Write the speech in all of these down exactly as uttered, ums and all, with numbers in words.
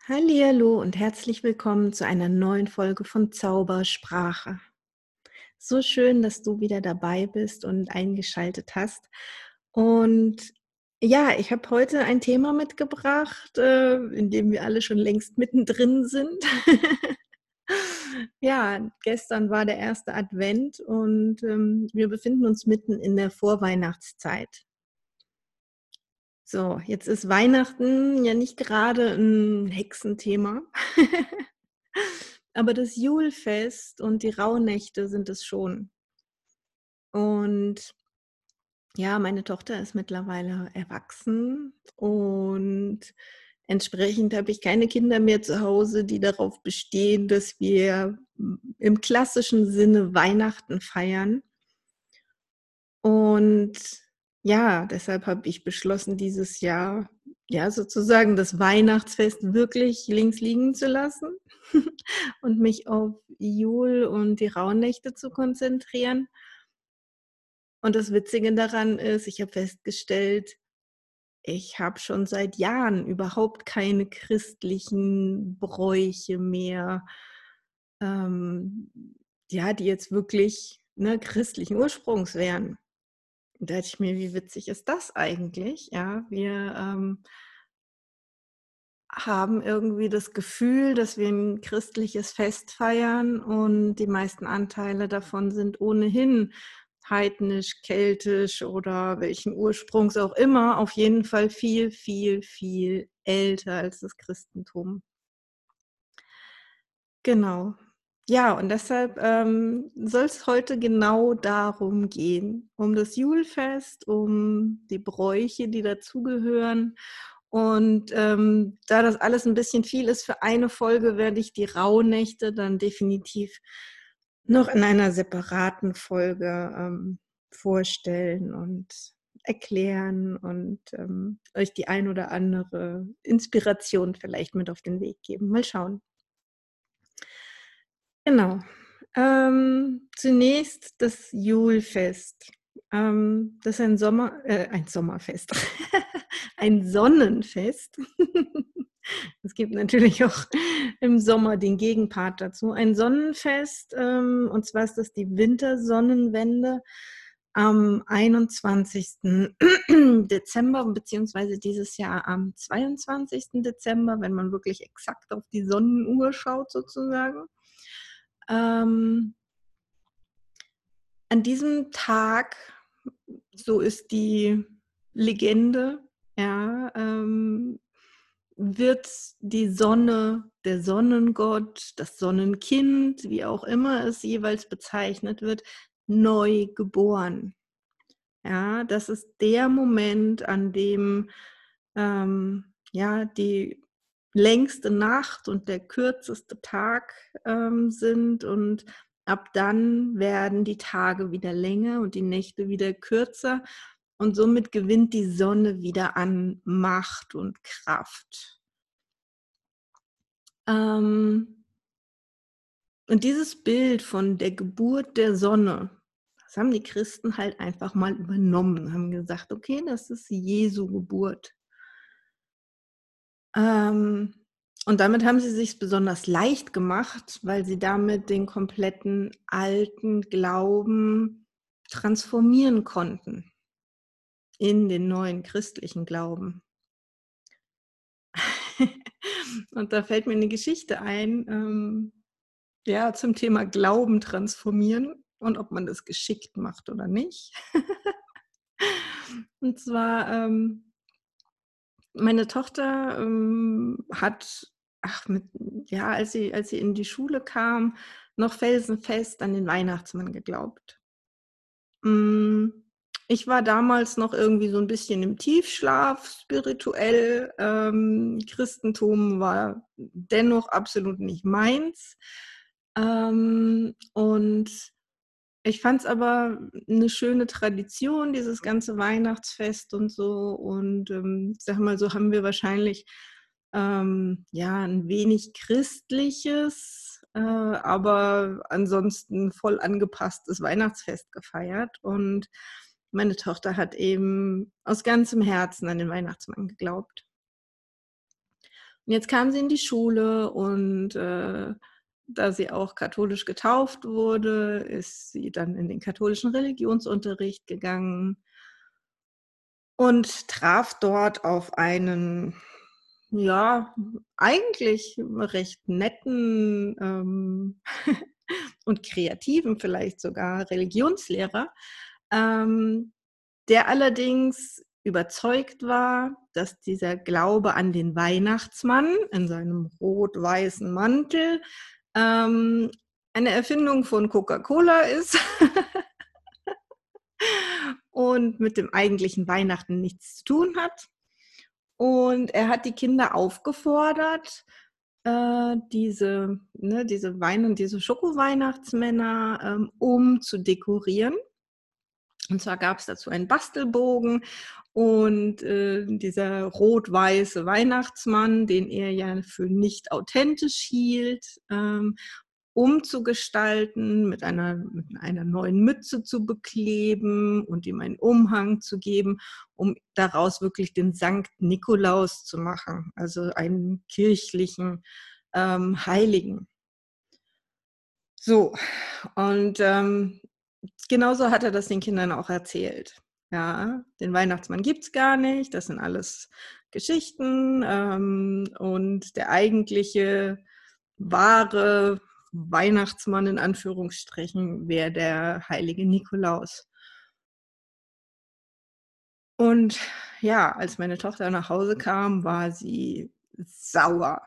Hallihallo und herzlich willkommen zu einer neuen Folge von Zaubersprache. So schön, dass du wieder dabei bist und eingeschaltet hast. Und ja, ich habe heute ein Thema mitgebracht, äh, in dem wir alle schon längst mittendrin sind. Ja, gestern war der erste Advent und ähm, wir befinden uns mitten in der Vorweihnachtszeit. So, jetzt ist Weihnachten ja nicht gerade 'n Hexenthema, aber das Julfest und die Rauhnächte sind es schon. Und ja, meine Tochter ist mittlerweile erwachsen und entsprechend habe ich keine Kinder mehr zu Hause, die darauf bestehen, dass wir hm, im klassischen Sinne Weihnachten feiern. Und ja, deshalb habe ich beschlossen, dieses Jahr, ja, sozusagen das Weihnachtsfest wirklich links liegen zu lassen und mich auf Jul und die Rauhnächte zu konzentrieren. Und das Witzige daran ist, ich habe festgestellt, ich habe schon seit Jahren überhaupt keine christlichen Bräuche mehr, ähm, ja, die jetzt wirklich, ne, christlichen Ursprungs wären. Und da dachte ich mir: „Wie witzig ist das eigentlich?“ Ja, wir, ähm, haben irgendwie das Gefühl, dass wir 'n christliches Fest feiern und die meisten Anteile davon sind ohnehin heidnisch, keltisch oder welchen Ursprungs auch immer, auf jeden Fall viel, viel, viel älter als das Christentum. Genau. Ja, und deshalb, ähm, soll's heute genau darum gehen, um das Julfest, um die Bräuche, die dazugehören. Und, ähm, da das alles 'n bisschen viel ist für eine Folge, werde ich die Rauhnächte dann definitiv noch in einer separaten Folge, ähm, vorstellen und erklären und, ähm, euch die ein oder andere Inspiration vielleicht mit auf den Weg geben. Mal schauen. Genau. Ähm, zunächst das Julfest. Ähm, das ist ein Sommer äh, ein Sommerfest, ein Sonnenfest. Es gibt natürlich auch im Sommer den Gegenpart dazu. Ein Sonnenfest, ähm, und zwar ist das die Wintersonnenwende am einundzwanzigsten Dezember, beziehungsweise dieses Jahr am zweiundzwanzigsten Dezember, wenn man wirklich exakt auf die Sonnenuhr schaut sozusagen. Ähm An diesem Tag, so ist die Legende, ja, ähm, wird die Sonne, der Sonnengott, das Sonnenkind, wie auch immer es jeweils bezeichnet wird, neu geboren. Ja, das ist der Moment, an dem, ähm, ja, die längste Nacht und der kürzeste Tag, ähm, sind und ab dann werden die Tage wieder länger und die Nächte wieder kürzer und somit gewinnt die Sonne wieder an Macht und Kraft. Ähm und dieses Bild von der Geburt der Sonne, das haben die Christen halt einfach mal übernommen, haben gesagt: „Okay, das ist Jesu Geburt.“ Ähm, und damit haben sie sich's besonders leicht gemacht, weil sie damit den kompletten alten Glauben transformieren konnten in den neuen christlichen Glauben. Und da fällt mir 'ne Geschichte ein, ähm, ja, zum Thema Glauben transformieren und ob man das geschickt macht oder nicht. Und zwar, ähm meine Tochter, ähm, hat ach, mit ja, als sie als sie in die Schule kam, noch felsenfest an den Weihnachtsmann geglaubt. Hm, ich war damals noch irgendwie so 'n bisschen im Tiefschlaf spirituell. Ähm, Christentum war dennoch absolut nicht meins. Ähm, und ich fand's aber 'ne schöne Tradition, dieses ganze Weihnachtsfest und so. Und, ähm, ich sage mal, so haben wir wahrscheinlich, ähm, ja, 'n wenig christliches, äh, aber ansonsten voll angepasstes Weihnachtsfest gefeiert. Und meine Tochter hat eben aus ganzem Herzen an den Weihnachtsmann geglaubt. Und jetzt kam sie in die Schule und, äh, da sie auch katholisch getauft wurde, ist sie dann in den katholischen Religionsunterricht gegangen und traf dort auf einen, ja, eigentlich recht netten, ähm, und kreativen vielleicht sogar Religionslehrer, ähm, der allerdings überzeugt war, dass dieser Glaube an den Weihnachtsmann in seinem rot-weißen Mantel, ähm, eine Erfindung von Coca-Cola ist und mit dem eigentlichen Weihnachten nichts zu tun hat. Und er hat die Kinder aufgefordert, äh, diese ne, diese Wein und diese Schoko-Weihnachtsmänner, ähm, umzudekorieren. Und zwar gab's dazu einen Bastelbogen und, äh, dieser rot-weiße Weihnachtsmann, den er ja für nicht authentisch hielt, ähm, umzugestalten, mit einer mit einer neuen Mütze zu bekleben und ihm einen Umhang zu geben, um daraus wirklich den Sankt Nikolaus zu machen, also einen kirchlichen, ähm, Heiligen. So, und, ähm, genauso hat er das den Kindern auch erzählt. Ja, den Weihnachtsmann gibt's gar nicht, das sind alles Geschichten, ähm, und der eigentliche, wahre Weihnachtsmann in Anführungsstrichen wäre der heilige Nikolaus. Und ja, als meine Tochter nach Hause kam, war sie sauer.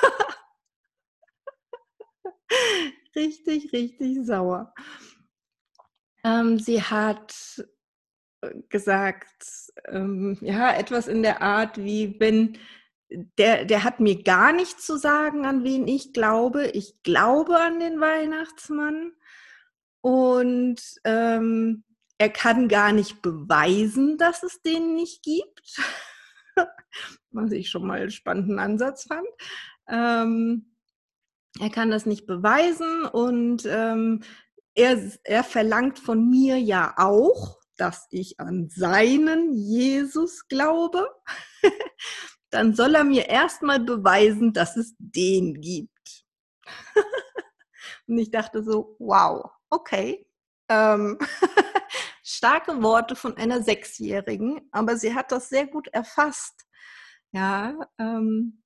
Richtig, richtig sauer. Ähm, sie hat, äh, gesagt, ähm, ja, etwas in der Art wie: „Wenn der der hat mir gar nicht zu sagen, an wen ich glaube. Ich glaube an den Weihnachtsmann und, ähm, er kann gar nicht beweisen, dass es den nicht gibt." Was ich schon mal 'n spannenden Ansatz fand. Ähm, er kann das nicht beweisen und, ähm, er s er verlangt von mir ja auch, dass ich an seinen Jesus glaube. Dann soll er mir erst mal beweisen, dass es den gibt. Und ich dachte so: „Wow, okay." Ähm, starke Worte von einer Sechsjährigen, aber sie hat das sehr gut erfasst. Ja, ähm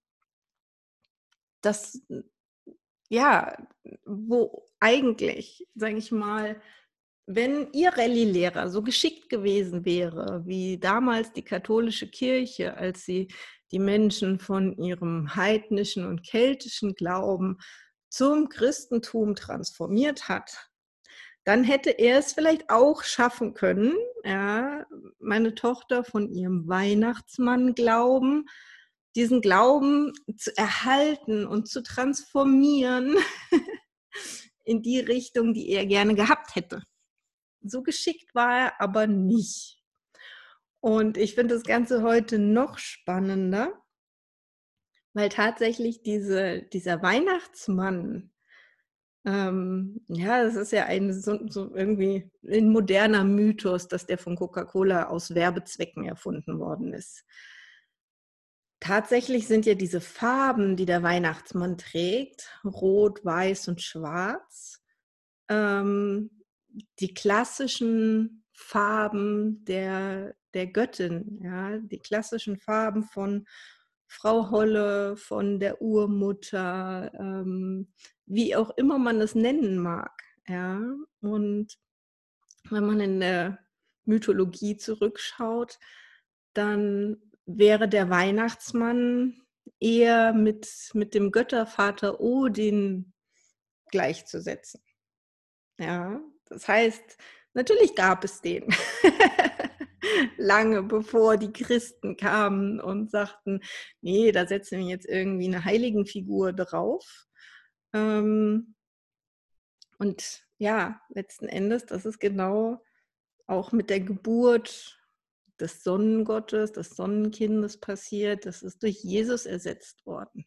dass n ja, wo eigentlich, sage ich mal, wenn ihr Rallye-Lehrer so geschickt gewesen wäre wie damals die katholische Kirche, als sie die Menschen von ihrem heidnischen und keltischen Glauben zum Christentum transformiert hat, dann hätte er es vielleicht auch schaffen können, ja, meine Tochter von ihrem Weihnachtsmann-Glauben diesen Glauben zu erhalten und zu transformieren in die Richtung, die er gerne gehabt hätte. So geschickt war er aber nicht. Und ich finde das Ganze heute noch spannender weil tatsächlich diese dieser Weihnachtsmann, ähm, ja, das ist ja ein so so irgendwie 'n moderner Mythos, dass der von Coca-Cola aus Werbezwecken erfunden worden ist. Tatsächlich sind ja diese Farben, die der Weihnachtsmann trägt, Rot, Weiß und Schwarz, ähm, die klassischen Farben der der Göttin, ja, die klassischen Farben von Frau Holle, von der Urmutter, ähm, wie auch immer man es nennen mag, ja? Und wenn man in der Mythologie zurückschaut, dann wäre der Weihnachtsmann eher mit mit dem Göttervater Odin gleichzusetzen. Ja, das heißt, natürlich gab es den. Lange bevor die Christen kamen und sagten: „Ne, da setzen wir jetzt irgendwie 'ne Heiligenfigur drauf." Ähm und ja, letzten Endes, das ist genau auch mit der Geburt des Sonnengottes, des Sonnenkindes passiert. Das ist durch Jesus ersetzt worden.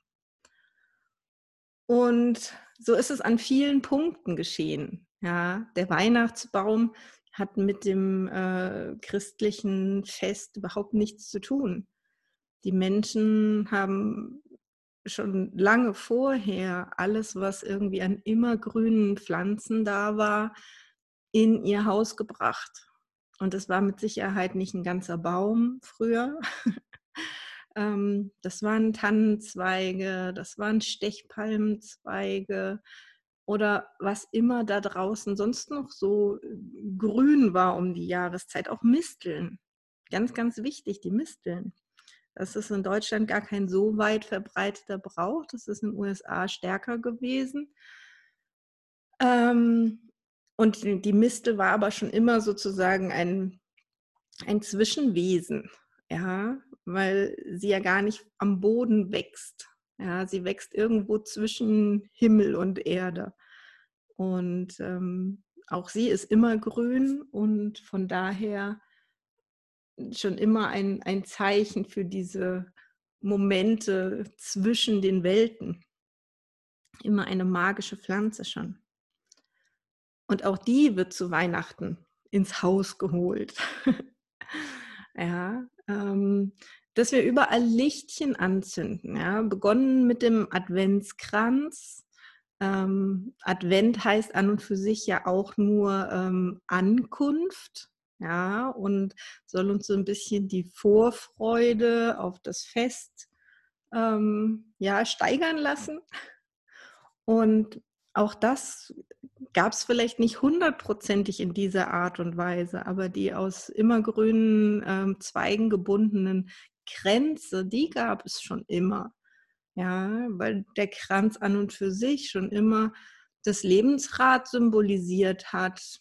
Und so ist es an vielen Punkten geschehen, ja? Der Weihnachtsbaum hat mit dem, äh, christlichen Fest überhaupt nichts zu tun. Die Menschen haben schon lange vorher alles, was irgendwie an immergrünen Pflanzen da war, in ihr Haus gebracht. Und das war mit Sicherheit nicht 'n ganzer Baum früher. Ähm, das waren Tannenzweige, das waren Stechpalmenzweige oder was immer da draußen sonst noch so, äh, grün war um die Jahreszeit, auch Misteln. Ganz, ganz wichtig, die Misteln. Das ist in Deutschland gar kein so weit verbreiteter Brauch. Das ist in U S A stärker gewesen. Ähm, und die die Mistel war aber schon immer sozusagen ein ein Zwischenwesen, ja, weil sie ja gar nicht am Boden wächst. Ja, sie wächst irgendwo zwischen Himmel und Erde. Und, ähm, auch sie ist immergrün und von daher schon immer ein ein Zeichen für diese Momente zwischen den Welten. Immer eine magische Pflanze schon. Und auch die wird zu Weihnachten ins Haus geholt. Ja, ähm, dass wir überall Lichtchen anzünden, ja, begonnen mit dem Adventskranz. Ähm, Advent heißt an und für sich ja auch nur, ähm, Ankunft, ja, und soll uns so 'n bisschen die Vorfreude auf das Fest, ähm, ja, steigern lassen. Und auch das gab's vielleicht nicht hundertprozentig in dieser Art und Weise, aber die aus immergrünen, ähm, Zweigen gebundenen Kränze, die gab es schon immer. Ja, weil der Kranz an und für sich schon immer das Lebensrad symbolisiert hat.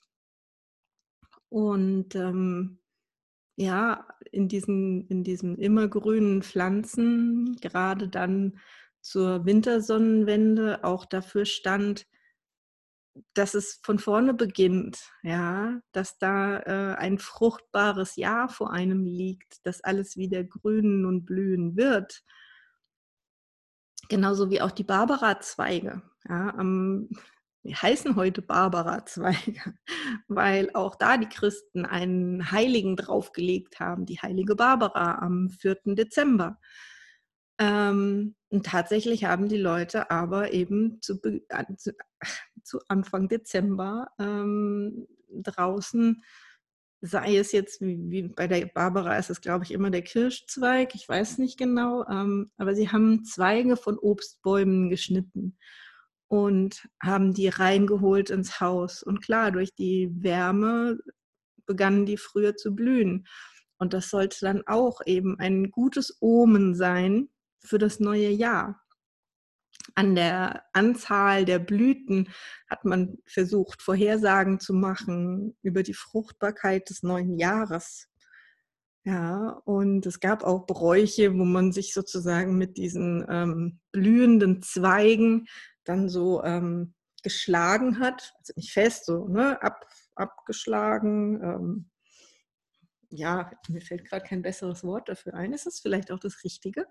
Und, ähm, ja, in diesen in diesen immergrünen Pflanzen, gerade dann zur Wintersonnenwende auch dafür stand dass es von vorne beginnt, ja, dass da, äh, ein fruchtbares Jahr vor einem liegt, dass alles wieder grünen und blühen wird. Genauso wie auch die Barbarazweige, ja, ähm, die heißen heute Barbarazweige, weil auch da die Christen einen Heiligen draufgelegt haben, die heilige Barbara am vierten Dezember. Ähm, und tatsächlich haben die Leute aber eben zu be an zu zu Anfang Dezember, ähm, draußen, sei es jetzt wie wie bei der Barbara ist es, glaube ich, immer der Kirschzweig, ich weiß nicht genau, ähm, aber sie haben Zweige von Obstbäumen geschnitten und haben die reingeholt ins Haus. Und klar, durch die Wärme begannen die früher zu blühen. Und das sollte dann auch eben ein gutes Omen sein für das neue Jahr. An der Anzahl der Blüten hat man versucht, Vorhersagen zu machen über die Fruchtbarkeit des neuen Jahres. Ja, und es gab auch Bräuche, wo man sich sozusagen mit diesen, ähm, blühenden Zweigen dann so, ähm, geschlagen hat. Also nicht fest, so, ne, ab abgeschlagen, ähm ja, mir fällt grad kein besseres Wort dafür ein. Ist es vielleicht auch das Richtige?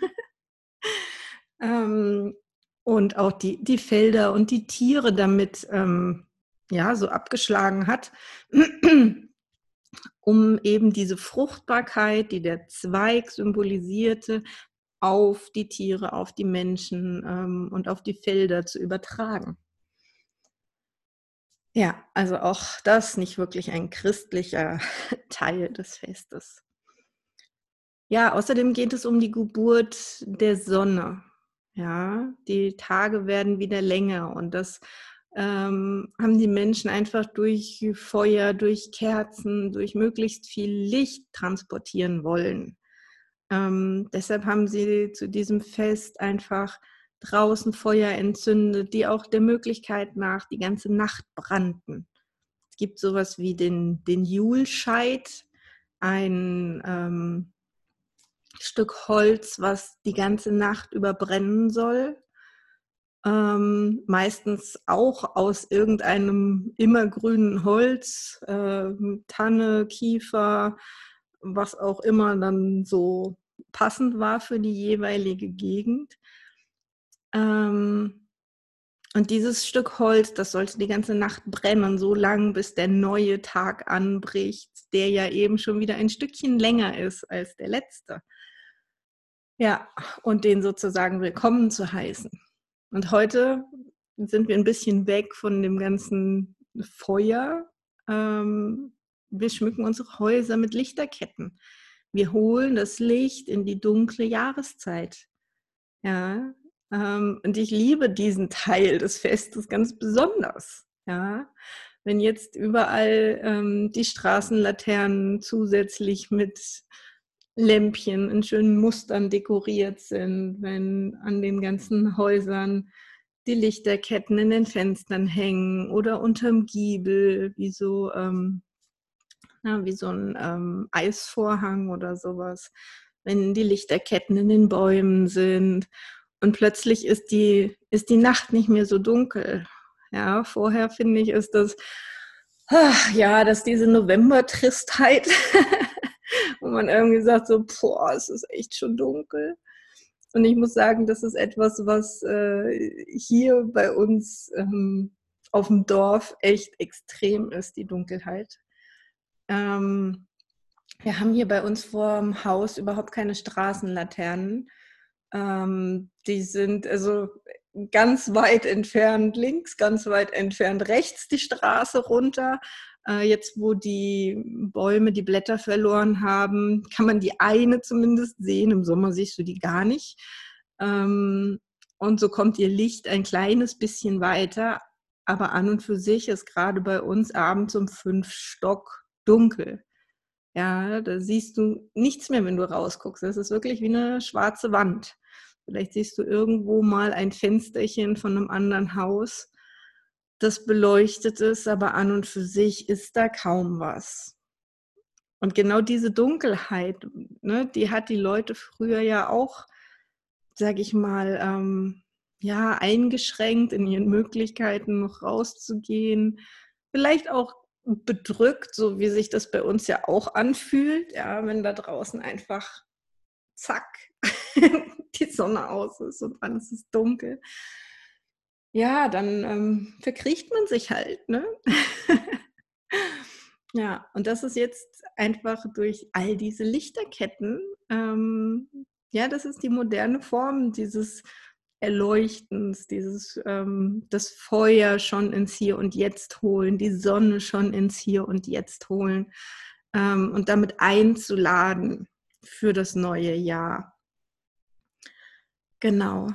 Ähm, und auch die die Felder und die Tiere damit, ähm, ja, so abgeschlagen hat, um eben diese Fruchtbarkeit, die der Zweig symbolisierte, auf die Tiere, auf die Menschen, ähm, und auf die Felder zu übertragen. Ja, also auch das nicht wirklich ein christlicher Teil des Festes. Ja, außerdem geht es um die Geburt der Sonne, ja? Die Tage werden wieder länger und das, ähm, haben die Menschen einfach durch Feuer, durch Kerzen, durch möglichst viel Licht transportieren wollen. Ähm, deshalb haben sie zu diesem Fest einfach draußen Feuer entzündet, die auch der Möglichkeit nach die ganze Nacht brannten. Es gibt so was wie den den Julscheit, ein, ähm, Stück Holz, was die ganze Nacht über brennen soll. Ähm, meistens auch aus irgendeinem immergrünen Holz, ähm, Tanne, Kiefer, was auch immer dann so passend war für die jeweilige Gegend. Ähm, und dieses Stück Holz, das sollte die ganze Nacht brennen, so lang, bis der neue Tag anbricht, der ja eben schon wieder ein Stückchen länger ist als der letzte. Ja, und den sozusagen willkommen zu heißen. Und heute sind wir 'n bisschen weg von dem ganzen Feuer. Ähm, wir schmücken unsere Häuser mit Lichterketten. Wir holen das Licht in die dunkle Jahreszeit. Ja, ähm, und ich liebe diesen Teil des Festes ganz besonders, ja. Wenn jetzt überall, ähm, die Straßenlaternen zusätzlich mit Lämpchen in schönen Mustern dekoriert sind, wenn an den ganzen Häusern die Lichterketten in den Fenstern hängen oder unterm Giebel wie so, ähm ja, wie so 'n, ähm, Eisvorhang oder so was. Wenn die Lichterketten in den Bäumen sind und plötzlich ist die ist die Nacht nicht mehr so dunkel. Ja, vorher finde ich, ist das ja, dass diese Novembertristheit, wo man irgendwie sagt so: „Boah, es ist echt schon dunkel.“ Und ich muss sagen, das ist etwas, was, äh, hier bei uns, ähm, aufm Dorf echt extrem ist, die Dunkelheit. Ähm, wir haben hier bei uns vorm Haus überhaupt keine Straßenlaternen. Ähm, die sind also ganz weit entfernt links, ganz weit entfernt rechts die Straße runter. Äh, jetzt, wo die Bäume die Blätter verloren haben, kann man die eine zumindest sehen. Im Sommer siehst du die gar nicht. Ähm, und so kommt ihr Licht ein kleines bisschen weiter, aber an und für sich ist grade bei uns abends um fünf stockdunkel. Ja, da siehst du nichts mehr, wenn du rausguckst. Das ist wirklich wie 'ne schwarze Wand. Vielleicht siehst du irgendwo mal ein Fensterchen von 'nem anderen Haus, das beleuchtet ist, aber an und für sich ist da kaum was. Und genau diese Dunkelheit, ne, die hat die Leute früher ja auch, sage ich mal, ähm, ja, eingeschränkt in ihren Möglichkeiten, noch rauszugehen. Vielleicht auch bedrückt, so wie sich das bei uns ja auch anfühlt, ja, wenn da draußen einfach zack, die Sonne aus ist und alles ist dunkel. Ja, dann, ähm, verkriecht man sich halt, ne? Ja, und das ist jetzt einfach durch all diese Lichterketten ähm, ja, das ist die moderne Form dieses Erleuchtens, dieses, ähm das Feuer schon ins Hier und Jetzt holen, die Sonne schon ins Hier und Jetzt holen, ähm, und damit einzuladen für das neue Jahr. Genau.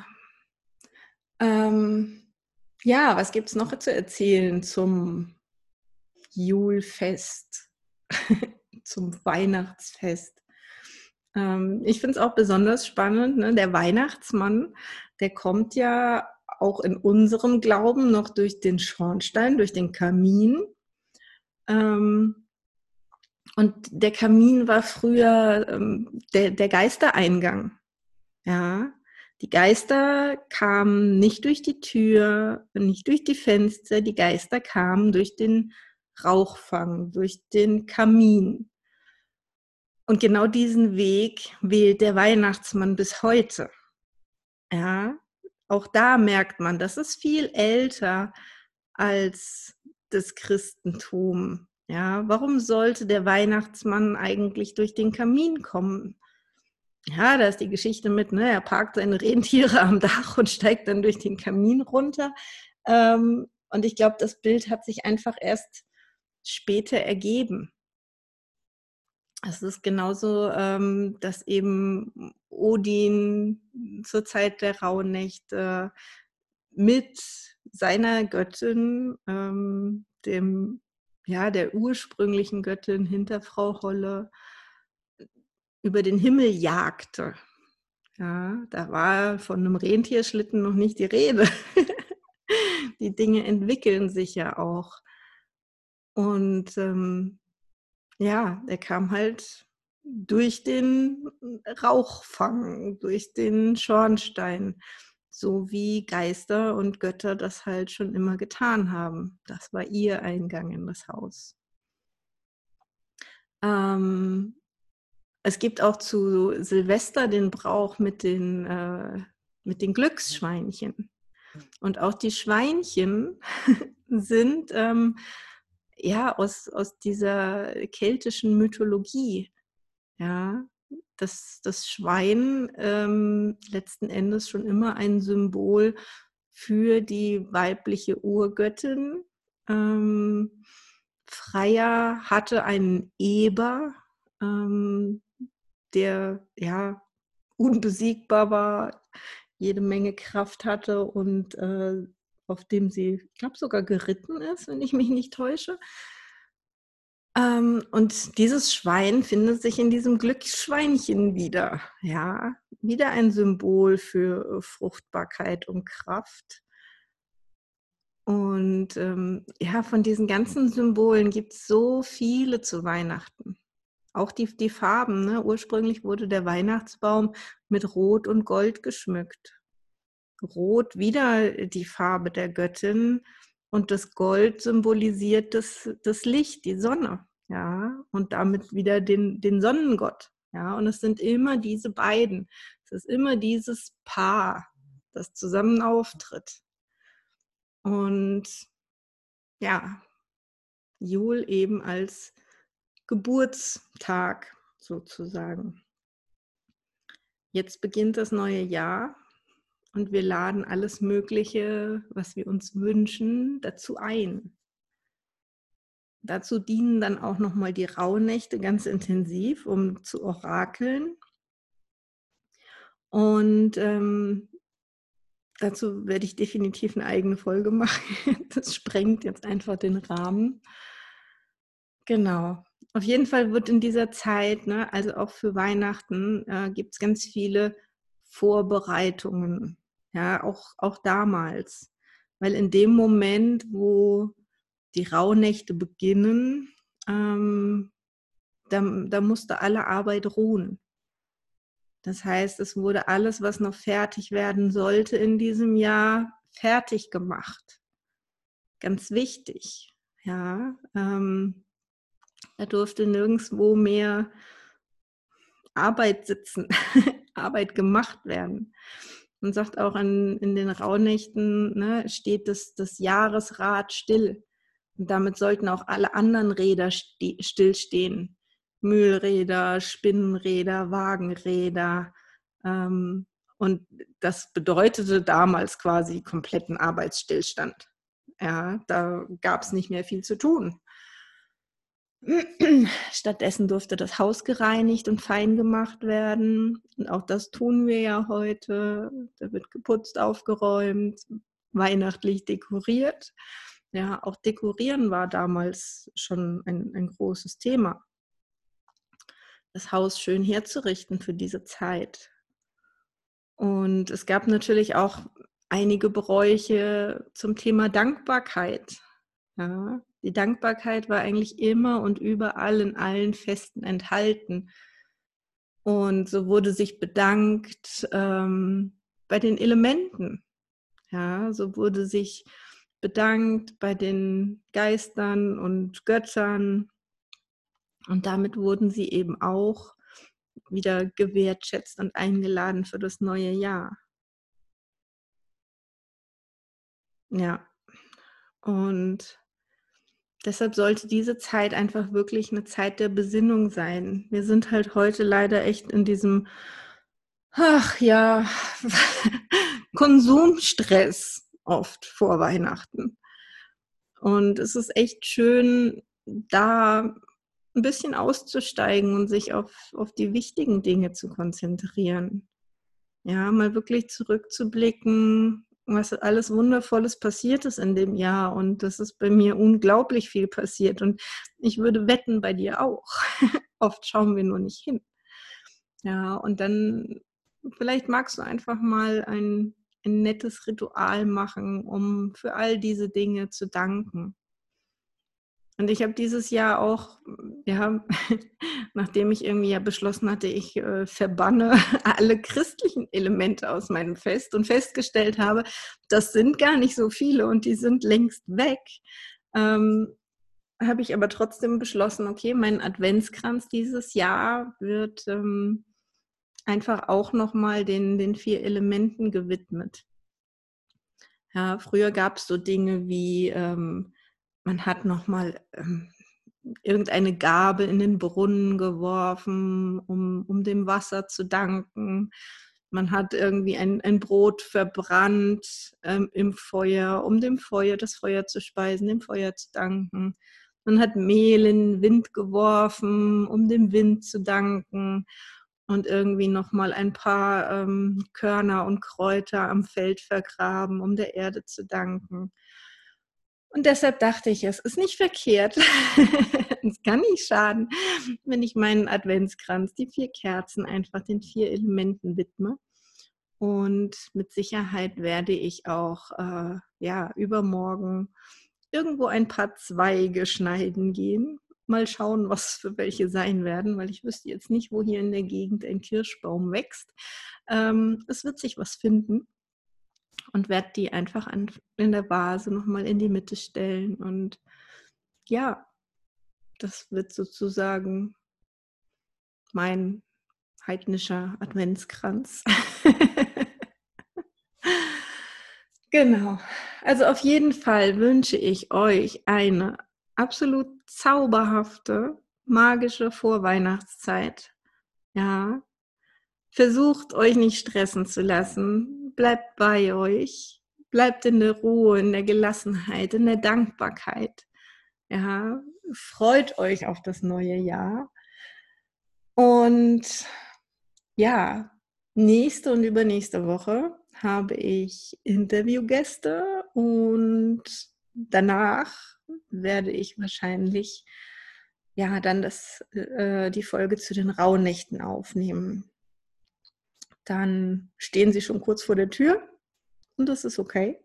Ähm, ja, was gibt's noch zu erzählen zum Julfest, zum Weihnachtsfest? Ähm, ich finde es auch besonders spannend, ne, der Weihnachtsmann, der kommt ja auch in unserem Glauben noch durch den Schornstein, durch den Kamin. Ähm und der Kamin war früher, ähm, der der Geistereingang, ja? Die Geister kamen nicht durch die Tür, nicht durch die Fenster, die Geister kamen durch den Rauchfang, durch den Kamin. Und genau diesen Weg wählt der Weihnachtsmann bis heute. Ja, auch da merkt man, das ist viel älter als das Christentum, ja? Warum sollte der Weihnachtsmann eigentlich durch den Kamin kommen? Ja, da ist die Geschichte mit, ne, er parkt seine Rentiere am Dach und steigt dann durch den Kamin runter. Ähm, und ich glaube, das Bild hat sich einfach erst später ergeben. Es ist genauso, ähm, dass eben Odin zur Zeit der Rauhnächte mit seiner Göttin, ähm, dem ja, der ursprünglichen Göttin hinter Frau Holle über den Himmel jagte. Ja, da war von 'nem Rentierschlitten noch nicht die Rede. Die Dinge entwickeln sich ja auch. Und, ähm, ja, er kam halt durch den Rauchfang, durch den Schornstein, so wie Geister und Götter das halt schon immer getan haben. Das war ihr Eingang in das Haus. Ähm, es gibt auch zu Silvester den Brauch mit den äh, mit den Glücksschweinchen. Und auch die Schweinchen sind, ähm, ja, aus aus dieser keltischen Mythologie, ja? das das Schwein, ähm, letzten Endes schon immer ein Symbol für die weibliche Urgöttin. Ähm, Freya hatte einen Eber, ähm, der, ja, unbesiegbar war, jede Menge Kraft hatte und, äh, auf dem sie, ich glaube, sogar geritten ist, wenn ich mich nicht täusche. Ähm, und dieses Schwein findet sich in diesem Glücksschweinchen wieder, ja? Wieder ein Symbol für, äh, Fruchtbarkeit und Kraft. Und, ähm, ja, von diesen ganzen Symbolen gibt's so viele zu Weihnachten. Auch die die Farben, ne? Ursprünglich wurde der Weihnachtsbaum mit Rot und Gold geschmückt. Rot wieder die Farbe der Göttin und das Gold symbolisiert das das Licht, die Sonne, ja, und damit wieder den den Sonnengott, ja? Und es sind immer diese beiden. Es ist immer dieses Paar, das zusammen auftritt. Und ja, Jul eben als Geburtstag sozusagen. Jetzt beginnt das neue Jahr und wir laden alles Mögliche, was wir uns wünschen, dazu ein. Dazu dienen dann auch noch mal die Rauhnächte ganz intensiv, um zu orakeln. Und, ähm, dazu werde ich definitiv 'ne eigene Folge machen. Das sprengt jetzt einfach den Rahmen. Genau. Auf jeden Fall wird in dieser Zeit, ne, also auch für Weihnachten, äh, gibt's ganz viele Vorbereitungen, ja, auch auch damals. Weil in dem Moment, wo die Rauhnächte beginnen, ähm, da da musste alle Arbeit ruhen. Das heißt, es wurde alles, was noch fertig werden sollte in diesem Jahr, fertig gemacht. Ganz wichtig, ja. Ähm, da durfte nirgendswo mehr Arbeit sitzen, Arbeit gemacht werden. Man sagt auch an in den Rauhnächten, ne, steht das das Jahresrad still. Und damit sollten auch alle anderen Räder ste stillstehen. Mühlräder, Spinnenräder, Wagenräder. Ähm, und das bedeutete damals quasi kompletten Arbeitsstillstand. Ja, da gab's nicht mehr viel zu tun. Stattdessen durfte das Haus gereinigt und fein gemacht werden. Und auch das tun wir ja heute. Da wird geputzt, aufgeräumt, weihnachtlich dekoriert. Ja, auch Dekorieren war damals schon ein ein großes Thema. Das Haus schön herzurichten für diese Zeit. Und es gab natürlich auch einige Bräuche zum Thema Dankbarkeit, ja? Die Dankbarkeit war eigentlich immer und überall in allen Festen enthalten. Und so wurde sich bedankt, ähm, bei den Elementen, ja? So wurde sich bedankt bei den Geistern und Göttern. Und damit wurden sie eben auch wieder gewertschätzt und eingeladen für das neue Jahr. Ja. Und deshalb sollte diese Zeit einfach wirklich 'ne Zeit der Besinnung sein. Wir sind halt heute leider echt in diesem, ach ja, Konsumstress oft vor Weihnachten. Und es ist echt schön, da 'n bisschen auszusteigen und sich auf auf die wichtigen Dinge zu konzentrieren. Ja, mal wirklich zurückzublicken, was alles Wundervolles passiert ist in dem Jahr. Und das ist bei mir unglaublich viel passiert. Und ich würde wetten, bei dir auch. Oft schauen wir nur nicht hin. Ja, und dann vielleicht magst du einfach mal ein ein nettes Ritual machen, um für all diese Dinge zu danken. Und ich habe dieses Jahr auch, ja, nachdem ich irgendwie ja beschlossen hatte, ich, äh, verbanne alle christlichen Elemente aus meinem Fest und festgestellt habe, das sind gar nicht so viele und die sind längst weg. Ähm, habe ich aber trotzdem beschlossen: „Okay, mein Adventskranz dieses Jahr wird, ähm, einfach auch noch mal den den vier Elementen gewidmet.“ Ja, früher gab's so Dinge wie, ähm, man hat noch mal, ähm irgendeine Gabe in den Brunnen geworfen, um um dem Wasser zu danken. Man hat irgendwie ein ein Brot verbrannt, ähm, im Feuer, um dem Feuer das Feuer zu speisen, dem Feuer zu danken. Man hat Mehl in den Wind geworfen, um dem Wind zu danken und irgendwie noch mal ein paar, ähm, Körner und Kräuter am Feld vergraben, um der Erde zu danken. Und deshalb dachte ich, es ist nicht verkehrt, es kann nicht schaden, wenn ich meinen Adventskranz, die vier Kerzen einfach den vier Elementen widme. Und mit Sicherheit werde ich auch, äh, ja, übermorgen irgendwo ein paar Zweige schneiden gehen. Mal schauen, was für welche sein werden, weil ich wüsste jetzt nicht, wo hier in der Gegend ein Kirschbaum wächst. Ähm, es wird sich was finden und werde die einfach an in der Vase noch mal in die Mitte stellen. Und ja, das wird sozusagen mein heidnischer Adventskranz. Genau. Also, auf jeden Fall wünsche ich euch eine absolut zauberhafte, magische Vorweihnachtszeit. Ja. Versucht, euch nicht stressen zu lassen. Bleibt bei euch. Bleibt in der Ruhe, in der Gelassenheit, in der Dankbarkeit. Ja, freut euch auf das neue Jahr. Und ja, nächste und übernächste Woche habe ich Interviewgäste und danach werde ich wahrscheinlich ja dann das, äh, die Folge zu den Rauhnächten aufnehmen. Dann stehen sie schon kurz vor der Tür und das ist okay.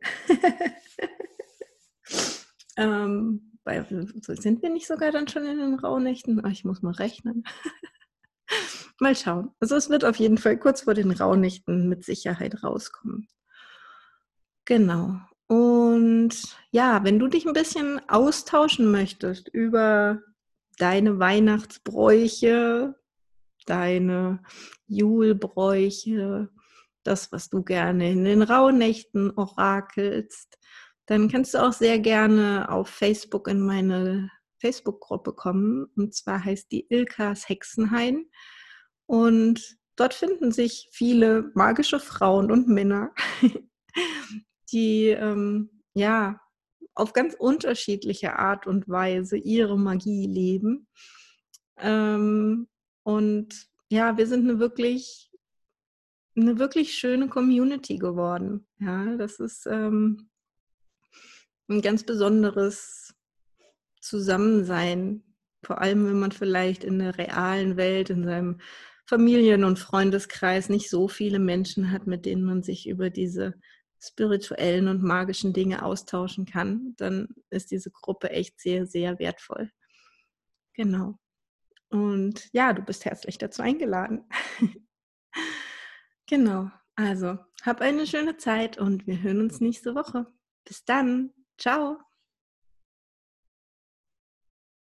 ähm, bei, sind wir nicht sogar dann schon in den Rauhnächten? Ach, ich muss mal rechnen. Mal schauen. Also es wird auf jeden Fall kurz vor den Rauhnächten mit Sicherheit rauskommen. Genau. Und ja, wenn du dich ein bisschen austauschen möchtest über deine Weihnachtsbräuche, deine Julbräuche, das, was du gerne in den Rauhnächten orakelst, dann kannst du auch sehr gerne auf Facebook in meine Facebook-Gruppe kommen. Und zwar heißt die Ilkas Hexenhain. Und dort finden sich viele magische Frauen und Männer, die ähm, ja auf ganz unterschiedliche Art und Weise ihre Magie leben. Ähm, und ja, wir sind eine wirklich, eine wirklich schöne Community geworden. Ja, das ist ähm, ein ganz besonderes Zusammensein, vor allem wenn man vielleicht in der realen Welt, in seinem Familien- und Freundeskreis nicht so viele Menschen hat, mit denen man sich über diese spirituellen und magischen Dinge austauschen kann, dann ist diese Gruppe echt sehr, sehr wertvoll. Genau. Und ja, du bist herzlich dazu eingeladen. Genau. Also, hab eine schöne Zeit und wir hören uns nächste Woche. Bis dann. Ciao.